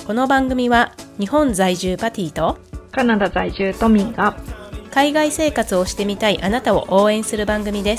この番組は日本在住パティとカナダ在住トミーが海外生活をしてみたいあなたを応援する番組です。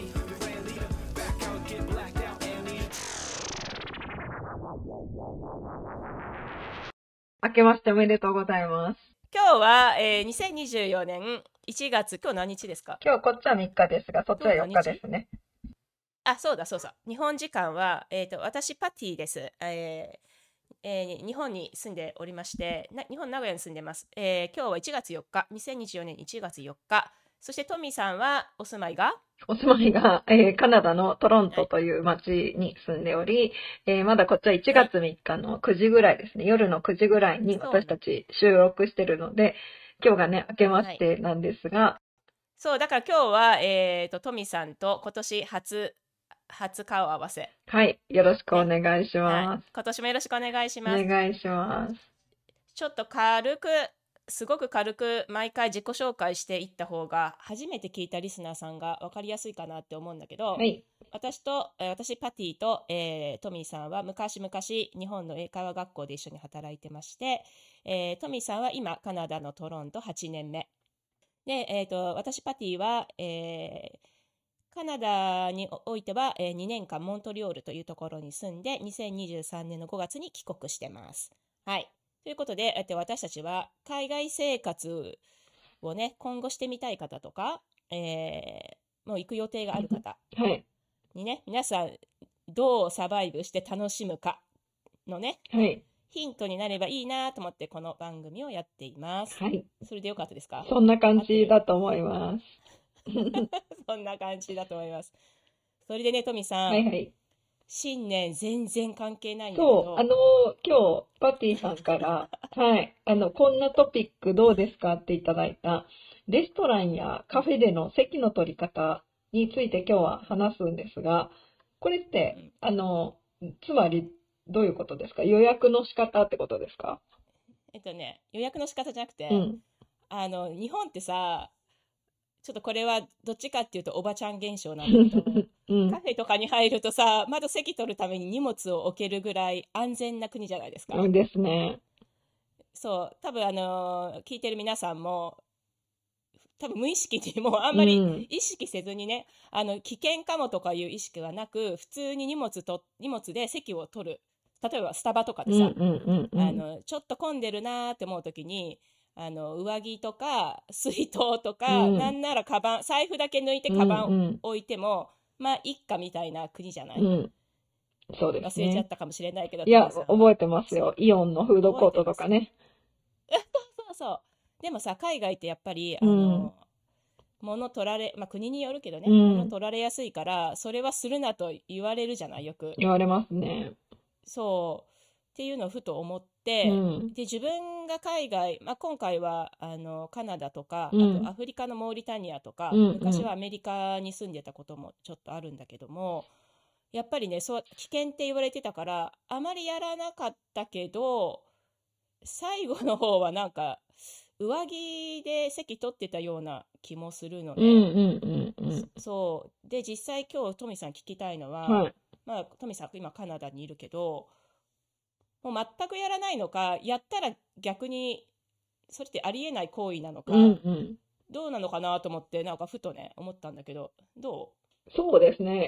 明けましておめでとうございます。 今日は、2024年1月、今日何日ですか？ 今日こっちは3日ですが、そっちは4日ですね。 あ、そうだ。日本時間は、私パティです。日本に住んでおりまして、日本名古屋に住んでます。今日は1月4日、2024年1月4日。そしてトミーさんはお住まいがカナダのトロントという町に住んでおり、まだこっちは1月3日の9時ぐらいですね、夜の9時ぐらいに私たち収録してるので、今日がね、明けましてなんですが、 そう、だから今日は、トミーさんと今年初顔合わせ。 はい、よろしくお願いします。 今年もよろしくお願いします。 お願いします。 ちょっとすごく軽く毎回自己紹介していった方が、初めて聞いたリスナーさんが分かりやすいかなって思うんだけど、 はい、 私パティと、トミーさんは昔々日本の英会話学校で一緒に働いてまして、トミーさんは今カナダのトロント8年目で、私パティは、カナダにおいては、2年間モントリオールというところに住んで2023年の5月に帰国してます。はい。ということで、私たちは海外生活をね、今後してみたい方とか、もう行く予定がある方にね、皆さんどうサバイブして楽しむかのね、 はい、 ヒントになればいいなと思ってこの番組をやっています。 はい。 それでよかったですか？ そんな感じだと思います。 そんな感じだと思います。それでね、トミさん。 はいはい。 新年全然関係ないんだけど。 そう、今日、パティさんから、はい、こんなトピックどうですかっていただいた、レストランやカフェでの席の取り方について今日は話すんですが、これって、つまりどういうことですか？予約の仕方ってことですか？ 予約の仕方じゃなくて、 うん。 日本ってさ、ちょっとこれはどっちかっていうとおばちゃん現象なんだけど、 うん、 カフェとかに入るとさ、まだ席取るために荷物を置けるぐらい安全な国じゃないですか。 ですね。 そう、多分聞いてる皆さんも、多分無意識にもうあんまり意識せずにね、危険かもとかいう意識はなく、普通に荷物で席を取る。例えばスタバとかでさ、ちょっと混んでるなーって思う時に、上着とか水筒とか、なんなら財布だけ抜いてカバン置いても、まあいっかみたいな国じゃない？ そうですね。 忘れちゃったかもしれないけど、 いや、覚えてますよ。イオンのフードコートとかね。 そう。でもさ、海外ってやっぱり、物取られ、国によるけどね、物取られやすいから、それはするなと言われるじゃない、よく。 言われますね。 そう。っていうのをふと思って、で、自分が海外、今回は、カナダとか、あとアフリカのモーリタニアとか、昔はアメリカに住んでたこともちょっとあるんだけども、やっぱりね、危険って言われてたから、あまりやらなかったけど、最後の方はなんか、上着で席取ってたような気もするのね。そう。で、実際今日トミさん聞きたいのは、トミさん今カナダにいるけど、もう全くやらないのか、やったら逆にそれってありえない行為なのか、どうなのかなと思って、なんかふとね思ったんだけど、どう？そうですね。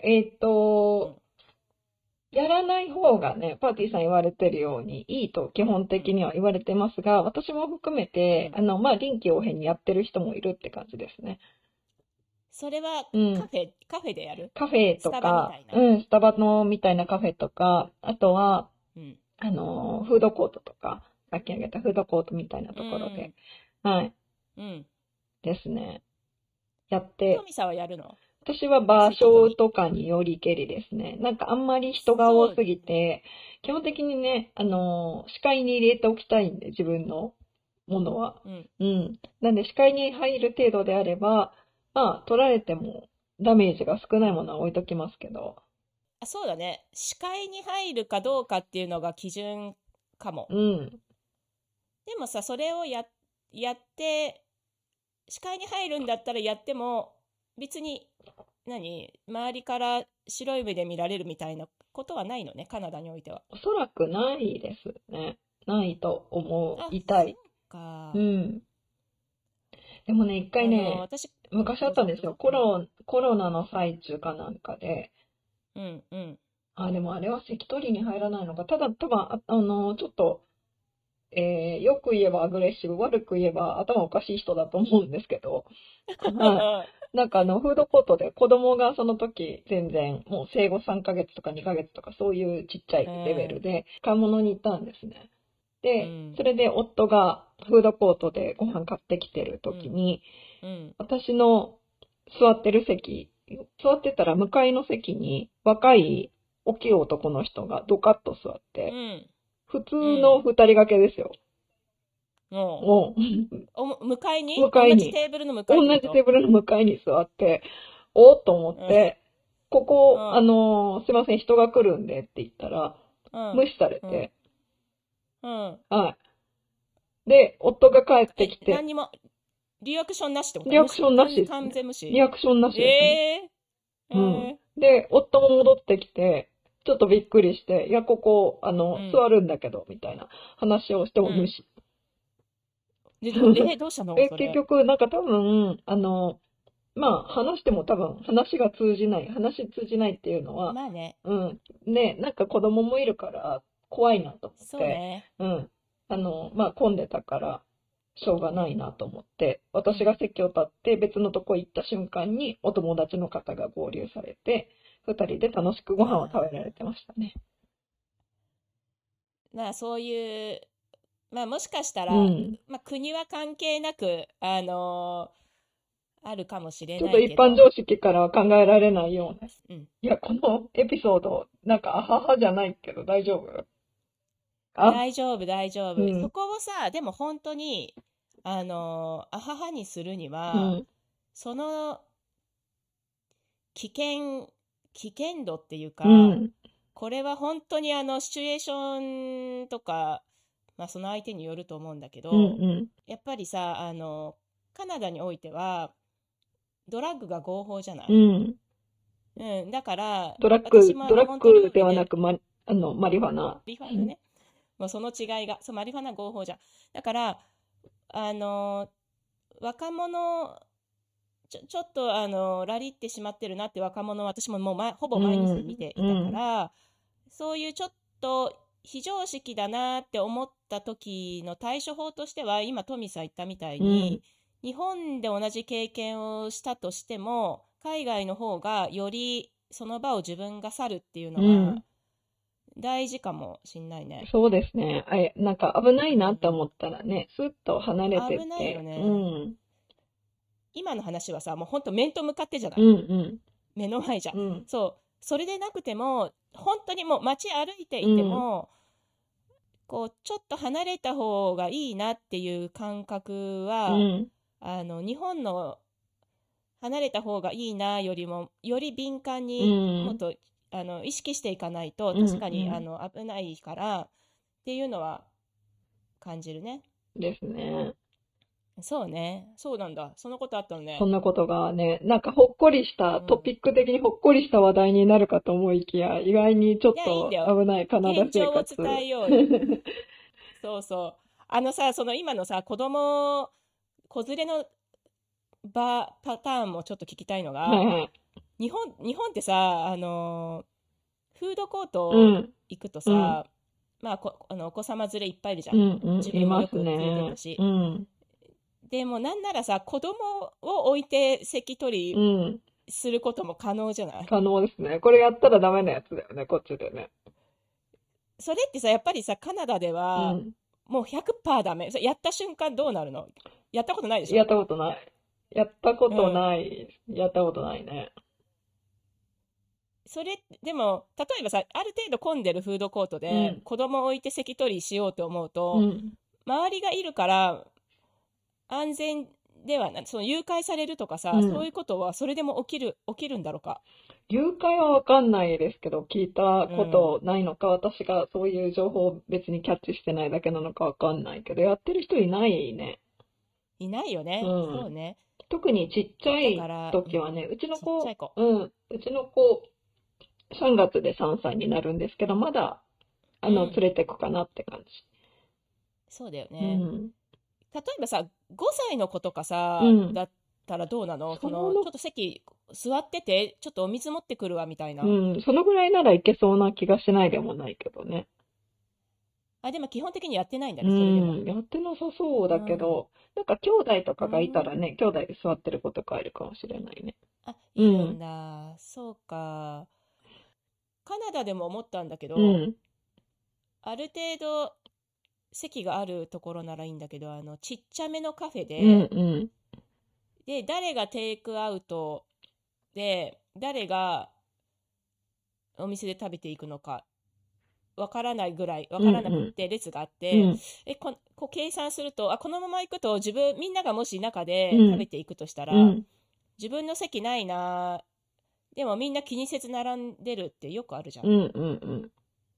やらない方がね、パーティーさん言われてるようにいいと基本的には言われてますが、私も含めて、臨機応変にやってる人もいるって感じですね。 それはカフェでやる？ カフェとか、 スタバみたいな。 スタバのみたいなカフェとか、あとは、フードコートとか、さっき挙げたフードコートみたいなところで、はい。ですね。やって。 トミさんはやるの？ 私は場所とかによりけりですね。なんかあんまり人が多すぎて、基本的にね、視界に入れておきたいんで、自分のものは。なんで視界に入る程度であれば、取られてもダメージが少ないものは置いときますけど。 そうだね。視界に入るかどうかっていうのが基準かも。でもさ、それをやって、視界に入るんだったらやっても、別に、周りから白い目で見られるみたいなことはないのね、カナダにおいては。 おそらくないですね。 ないと思いたい。 か。 うん。でもね、一回ね、昔あったんですよ。コロナの最中かなんかで。 うんうん。 でもあれは関取に入らないのか。ただ、多分、ちょっと、よく言えばアグレッシブ、悪く言えば頭おかしい人だと思うんですけど。はい。なんかフードコートで子供がその時全然もう生後3ヶ月とか2ヶ月とかそういうちっちゃいレベルで買い物に行ったんですね。で、それで夫がフードコートでご飯買ってきてる時に、私の座ってる席、座ってたら向かいの席に若い大きい男の人がドカッと座って、普通の二人掛けですよ。 もう。向かいに向かいに。 同じテーブルの向かいに。 同じテーブルの向かいに座って、おーっと思って、ここ、すいません、人が来るんでって言ったら、無視されて、はい。で、夫が帰ってきて。 何にも、リアクションなしってこと？ リアクションなしです、ね。 完全無視。 リアクションなしです、ね。うん。で、夫も戻ってきて、ちょっとびっくりして、いや、ここ、座るんだけど、みたいな話をしても無視。 どうしたの？ 結局、なんか多分、まあ、話しても多分、話通じないっていうのは、 まあね。 うん。ね、なんか子供もいるから、怖いなと思って。 そうね。 うん。まあ、混んでたから、しょうがないなと思って、私が席を立って別のとこ行った瞬間に、お友達の方が合流されて、二人で楽しくご飯を食べられてましたね。 まあ、そういう、まあ、もしかしたら、まあ、国は関係なく、あるかもしれないけど。 ちょっと一般常識からは考えられないような。いや、このエピソード、なんか、あははじゃないけど、大丈夫？ 大丈夫、大丈夫。そこをさ、でも本当に、あははにするには、その、危険度っていうか、これは本当にシチュエーションとか、まあその相手によると思うんだけど、やっぱりさ、カナダにおいては、ドラッグが合法じゃない？だから、 ドラッグではなく、マリファナ。 マリファナね。もうその違いが、マリファナ合法じゃん。だから、若者、ちょっとラリってしまってるなって若者は私ももうほぼ毎日見ていたから、そういうちょっと非常識だなって思った時の対処法としては、今トミーさん言ったみたいに、日本で同じ経験をしたとしても、海外の方がよりその場を自分が去るっていうのは大事かもしんないね。 そうですね。なんか危ないなって思ったらね、スッと離れてって。 危ないよね。今の話はさ、もうほんと面と向かってじゃない？目の前じゃん。そう。それでなくても、本当にもう街歩いていても、こう、ちょっと離れた方がいいなっていう感覚は、日本の離れた方がいいなよりも、より敏感にもっと、意識していかないと、確かに、危ないから、っていうのは感じるね。 ですね。 そうね。そうなんだ。そんなことあったのね。 そんなことがね、なんかほっこりした、トピック的にほっこりした話題になるかと思いきや、意外にちょっと危ないカナダ生活。 現状を伝えようよ。そうそう。さ、今のさ、子連れのパターンもちょっと聞きたいのが、日本ってさ、フードコート行くとさ、まあお子様連れいっぱいいるじゃん。自分もよく連れてたし。でもなんならさ、子供を置いて席取りすることも可能じゃない？ 可能ですね。これやったらダメなやつだよね、こっちでね。 それってさ、やっぱりさ、カナダでは、もう 100% ダメ。やった瞬間どうなるの？やったことないでしょ？ やったことない。やったことないね。 それ、でも、例えばさ、ある程度混んでるフードコートで、子供を置いて席取りしようと思うと、周りがいるから、安全ではな、誘拐されるとかさ、そういうことはそれでも起きるんだろうか。 誘拐はわかんないですけど、聞いたことないのか、私がそういう情報を別にキャッチしてないだけなのかわかんないけど、やってる人いないね。 いないよね。そうね。 特にちっちゃい時はね、うちの子、3月で3歳になるんですけど、まだ、連れてくかなって感じ。 そうだようね。 ん。 例えばさ、5歳の子とかさ、 うん。 だったらどうなの？ そちょっと席座ってて、ちょっとお水持ってくるわ、みたいな。 そのぐらいならいけそうな気がしないでもないけどね。 あ、でも基本的にやってないんだね、それでも。 やってなさそうだけうん。 ど、なんか兄弟とうかがいたらん。 ね、兄弟で座ってる子とかいるかもしれないね。 あ、いるんうん。 だ。そうか。カナダでも思ったんだけど、 うん。 ある程度席があるところならいいんだけど、ちっちゃめのカフェうん。 で、 うん。 誰がテイクアウトで、誰がお店で食べていくのか、わからないぐらい、わうん。 からなくっうん。 て列があっうて、 ん。 計算すると、このまま行くとみんながもし中うん。 で食べていくとしたら、 うん。 自分の席ないな、でもみんな気にせず並んでるってよくあるじゃん。 うん。うん。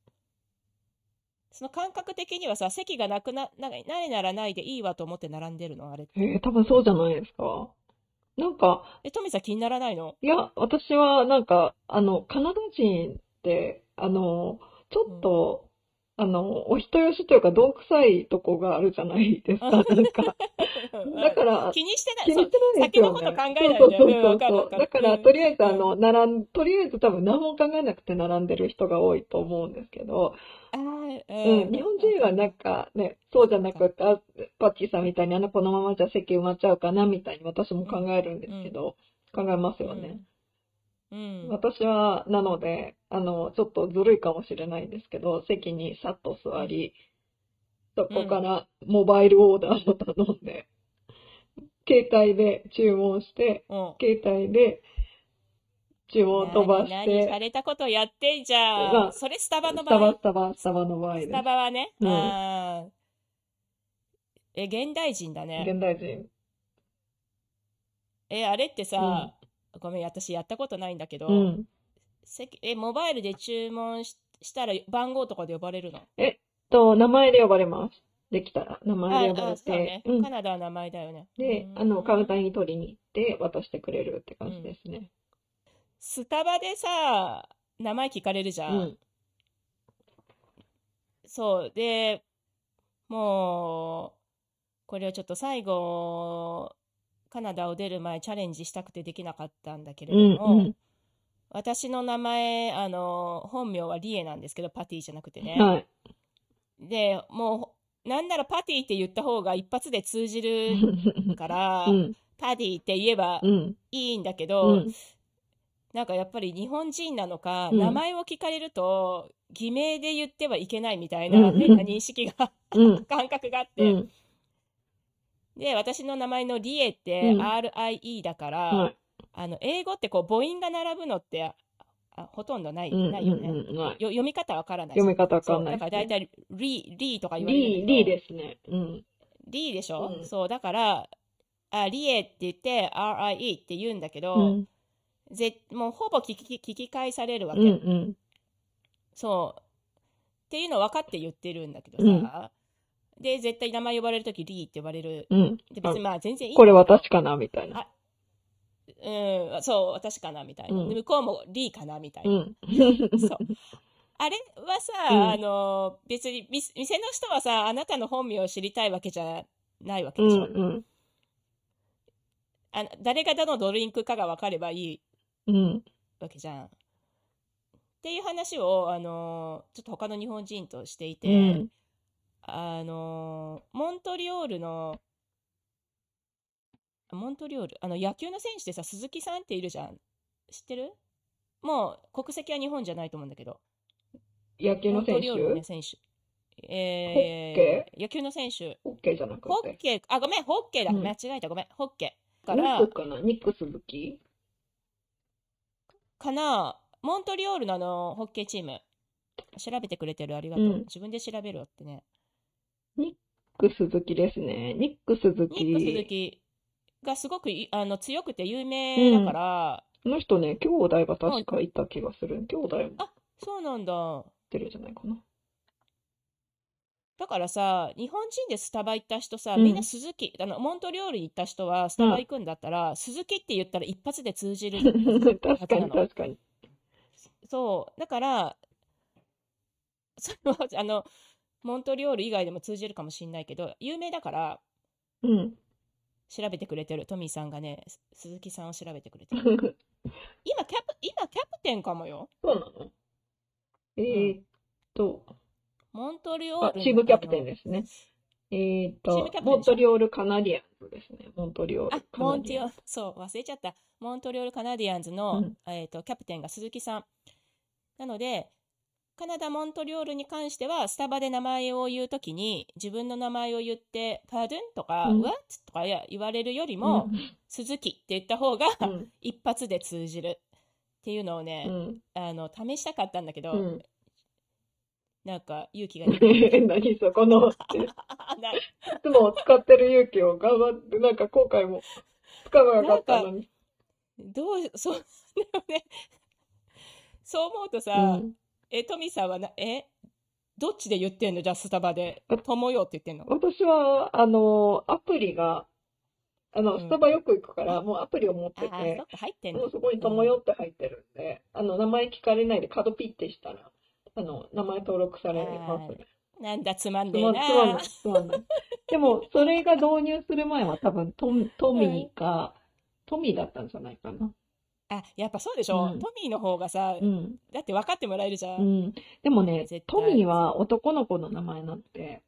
その感覚的にはさ、席がないならないでいいわと思って並んでるの、あれって。 多分そうじゃないですか。なんか、 トミさん気にならないの？ いや、私はなんか、カナダ人って、ちょうん。 っと、お人よしというか、どんくさいとこがあるじゃないですか、なんか。だから、 気にしてない、 気にしそう、 てないです先のことよね。 考えないよね。 そうそうそううん、 そうそう。 わかるわかる。 だから、 うん、 とりあえず、 うん。 とりあえず多分何も考えなくて並んでる人が多いと思うんですけど、 ああ、うん、 日本わ人はなんかる。 かね、そうじゃそっか。 なくて、パッチーさんみたいにこのままじゃ席埋まっちゃうかな、みたいに私もうん、 考えるんでうん、 すけど、考えますよね。 うん、うん、 私は、なので、ちょっとずるいかもしれないんですけど、席にさっとうん、 座り、そうん、 こからモバイルオーダーを頼んで、携帯で注文して、 うん。 携帯で注文を飛ばし洒て、 落たことやってんじゃん。 まあ、 それスタバの場合？ スタバの場合スタです。 バはね。 うん。 現代人だね。 現代人。 あれってうん。 さ、ごめん、私やったことないんだけど、 うん。 モバイルで注文したら番号とかで呼ばれるの？ 名前で呼ばれます。できたら、名前で呼ばれて、 そうだね。カナダは名前だよね。 で、カウンターに取りに行って渡してくれるって感じうん。 ですね。 スタバでさ、名前聞かれるじゃん。 うん。 そう。で、もう、これはちょっと最後、カナダを出る前チャレンジしたくてできなかったんだけれどうん。うも、 ん。 私の名前、本名はリエなんですけど、パティじゃなくてね。 はい。 で、もう、なんならパティって言った方が一発で通じるかうら、 ん。 パティって言えばうん。 いいんだけど、 うん。 なんかやっぱり日本人なのか、 うん。 名前を聞かれると、偽名で言ってはいけないみたいうん。 な変な認識がうん。 感覚があって。 うん。 で、私の名前のリエってうん。 RIE だから、 はい。 英語ってこう母音が並ぶのってほとんどうん。 ないよね。 うん。はい。 読み方わからないじゃん。 読み方わかんそう。 ないですね。 だから大体リーとか言われるんだけリーど、 ですね。うん。 リーでしょ？ うん。 そう。だから、リエって言って RIE って言うんだけど、 うん。 もうほぼ聞き返されるわうん。うけ。 ん。 そう。っていうの分かって言ってるんだけどうん。 さ。で、絶対名前呼ばれるときリーって呼ばれる。 うん。 で、別にまあ全然いいんこれだけど、 私かなみたいな。 あ、そう、私かなみたいな。で、 うん。 向こうもリーかなみたいな。 うん。 そう。あれはさ、 うん。 別に店の人はさ、あなたの本名を知りたいわけじゃないわけうん。 でしょ？ うん。 誰がどのドリンクかが分かればいいうん。 わけじゃん。っていう話を、ちょっと他の日本人としていて、 うん。 モントリオール、野球の選手でさ、鈴木さんっているじゃん。知ってる？もう、国籍は日本じゃないと思うんだけど。 野球のモントリオールのね、 選手？ 選手。 ホッケ野球の選手。 ホッケーじゃなくて。 ごめん、ホッケーだ。間うん。 違えた、ごめん、ホッケー。 ニックかなニック鈴木モントリオールのホッケーチーム。調べてくれてる、ありがとう。 うん。 自分で調べろってね。 ニック鈴木ですね。ニック鈴ニック鈴木。 木がすごく強くて有う名だかん。 ら、 この人ね、兄弟がもう、 確かいた気がする。兄弟もやっそうなんだ。 てるんじゃないかな。 だからさ、日本人でスタバ行った人さ、みんなうん。 鈴木、モントリオールに行った人はスタバはい。 行くんだったら、鈴木って言ったら一発で通じる確かにはずなの。 確かに。 そう。だから、その、 モントリオール以外でも通じるかもしれないけど、有名だから、調べてくれてる。トミーさんがね、鈴木さんを調べてくれてる。今キャプテンかもよ。 そうなの？ モントリオールチームキャプテンですね。モントリオールカナディアンズですね。モントリオールカナディアンズ。 そう、忘れちゃった。モントリオールカナディアンズの、キャプテンが鈴木さん。なので、カナダ・モントリオールに関しては、スタバで名前を言うときに、自分の名前を言って、パドゥンとか、What? とか言われるよりも、鈴木って言った方が、一発で通じるっていうのをね、試したかったんだけど、なんか勇気が出て何そこのいつも使ってる勇気を頑張って、なんか後悔もつかなかったのに。 そうね。そう思うとさ、トミさんはどっちで言ってんの？じゃあスタバで。友よって言ってんの？ 私は、アプリが、スタバよく行くから、もうアプリを持ってて、 入ってんの？ もうそこに友よって入ってるんで、名前聞かれないで角ピッてしたら、名前登録されますね。 なんだ、つまんねえな。 つまんない。でも、それが導入する前は多分、トミーだったんじゃないかな。 やっぱそうでしょ、トミーの方がさ、だって分かってもらえるじゃん。 でもね、トミーは男の子の名前なんで。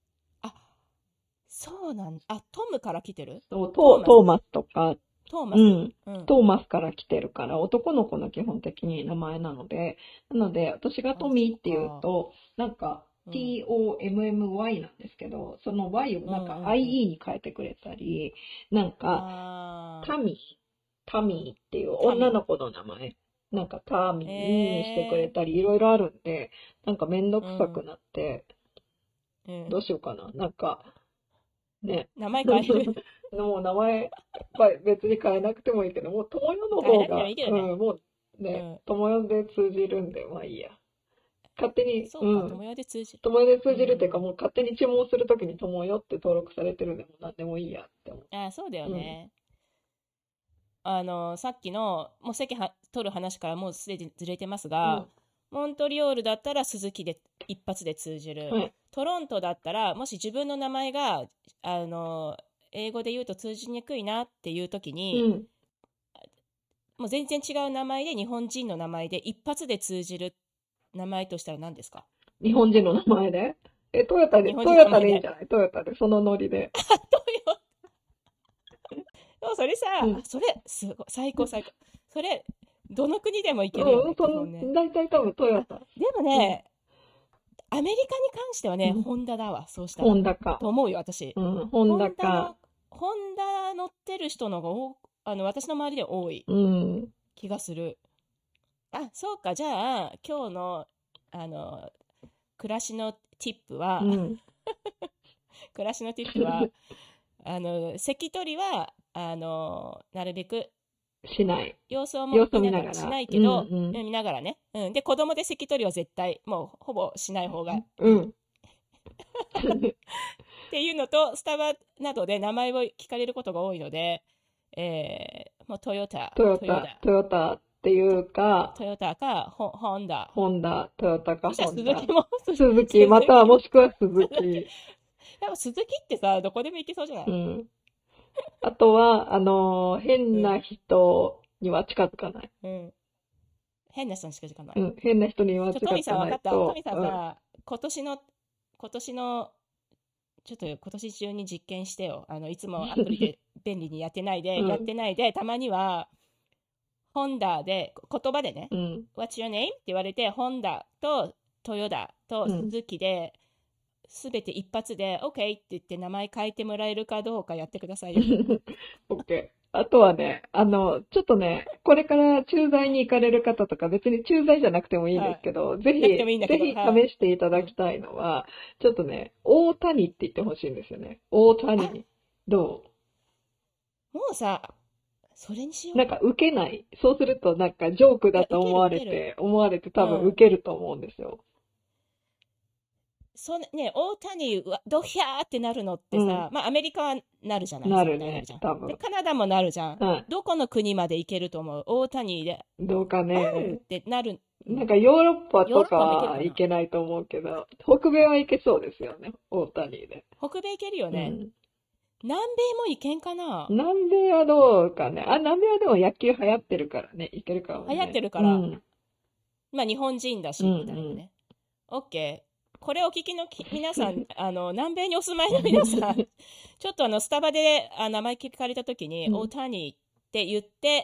そうなんだ。トムから来てる？ トーマスとか。 トーマスから来てるから、男の子の基本的に名前なので、私がトミーって言うと、なんか、TOMMY なんですけど、その Y をなんか IE に変えてくれたり、なんか、タミーっていう女の子の名前、なんかタミーにしてくれたり、いろいろあるんで、なんかめんどくさくなって、どうしようかな。なんか、ね。 名前変えるもう名前、別に変えなくてもいいけど、もう友よの方が、もうね、友よで通じるんで、まあいいや。勝手に、 友よで通じる。 友よで通じるっていうか、もう勝手に注文するときに友よって登録されてるんで、もう何でもいいやって思う。 そうだよね。さっきの、もう席取る話からもうすでにずれてますが、モントリオールだったら鈴木で一発で通じる。トロントだったら、もし自分の名前が、英語で言うと通じにくいなっていう時に、もう全然違う名前で、日本人の名前で一発で通じる名前としたら何ですか？ 日本人の名前で？トヨタでいいんじゃない？トヨタで、そのノリで。 トヨタ。でもそれさ、それ、すごい、最高。それ、どの国でも行けるよね。 大体多分トヨタ。 でもね、アメリカに関してはね、ホンダだわ、そうしたら。 ホンダか。 と思うよ、私。 ホンダか。 ホンダ乗ってる人の方が私の周りで多い気がする。そうか、じゃあ、今日の、暮らしのティップは、暮らしのティップは、席取りは、なるべく、 しない。 様子を見ながら。しないけど、見ながらね。で、子供で席取りは絶対、もうほぼしない方が。っていうのと、スタバなどで名前を聞かれることが多いので、もうトヨタっていうか、 トヨタか、 ホンダ、 トヨタか、 ホンダ。鈴木も。 鈴木、またはもしくは鈴木。 でも鈴木ってさ、どこでも行けそうじゃない？ あとは、変な人には近づかない。 変な人に近づかない。 変な人には近づかないと。 トミさん分かった？トミさんさ、今年の、ちょっと今年中に実験してよ。いつもアプリで便利にやってないで、たまには、ホンダで、言葉でね、What's your name? って言われて、ホンダとトヨタと鈴木で、すべて一発で OK って言って名前変えてもらえるかどうかやってくださいよ。 OK。あとはね、ちょっとね、これから駐在に行かれる方とか、別に駐在じゃなくてもいいんですけど、ぜひ試していただきたいのは、ちょっとね、大谷って言ってほしいんですよね。大谷。どう？もうさ、それにしよう。 なんか受けない。そうするとなんかジョークだと思われて多分受けると思うんですよ。 ね、大谷ドヒャーってなるのってさ、アメリカはなるじゃない？ なるね、多分。 で、カナダもなるじゃん。どこの国まで行けると思う？大谷で。 どうかね。 ってなるなんかヨーロッパとかは行けないと思うけど、北米は行けそうですよね、大谷で。 北米行けるよね。南米も行けんかな。 南米はどうかね。南米はでも野球流行ってるからね、行けるかもね。 流行ってるから。まあ日本人だし、みたいなね。オッケー。これをお聞きの皆さん、南米にお住まいの皆さん、ちょっとスタバで名前聞かれたときに、大谷って言って、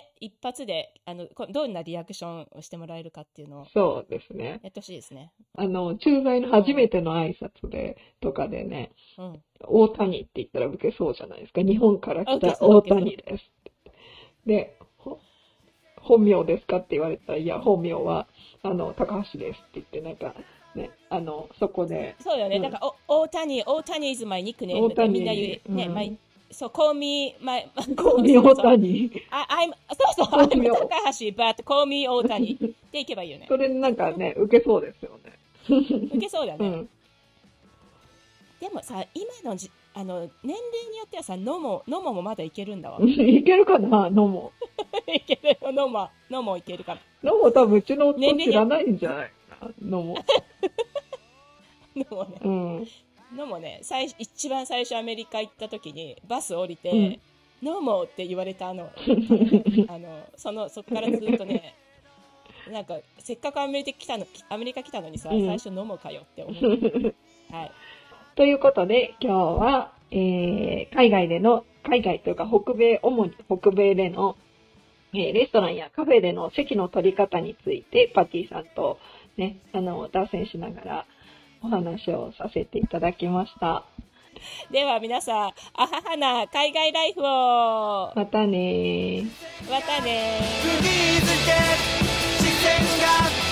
一発で、どんなリアクションをしてもらえるかっていうのを。 そうですね。 やってほしいですね。 駐在の初めての挨拶で、とかでね、大谷って言ったら受けそうじゃないですか。日本から来た大谷です。で、本名ですかって言われたら、いや、本名は、高橋ですって言って、なんか、ね、そこで。 そうよね。だから、大谷 is my nickname ってみんな言う。ね、そう、call me 大谷。 そうそう、 I'm 高橋 but call me 大谷っていけばいいよね。 それなんかね、受けそうですよね。 受けそうだね。でもさ、今の年齢によってはさ、ノモもまだいけるんだわ。 いけるかな、ノモ。 いける、ノモいけるかな。 ノモ多分うちの夫知らないんじゃないかな、ノモ。 ノモね、一番最初アメリカ行った時にバス降りて、ノモって言われたそこからずっとね、なんかせっかくアメリカ来たのにさ、最初ノモかよって思う。はい。 ということで今日は、海外というか主に北米での、レストランやカフェでの席の取り方についてパティさんとね、脱線しながらお話をさせていただきました。 では皆さん、あははな海外ライフを。 またねー。 またねー。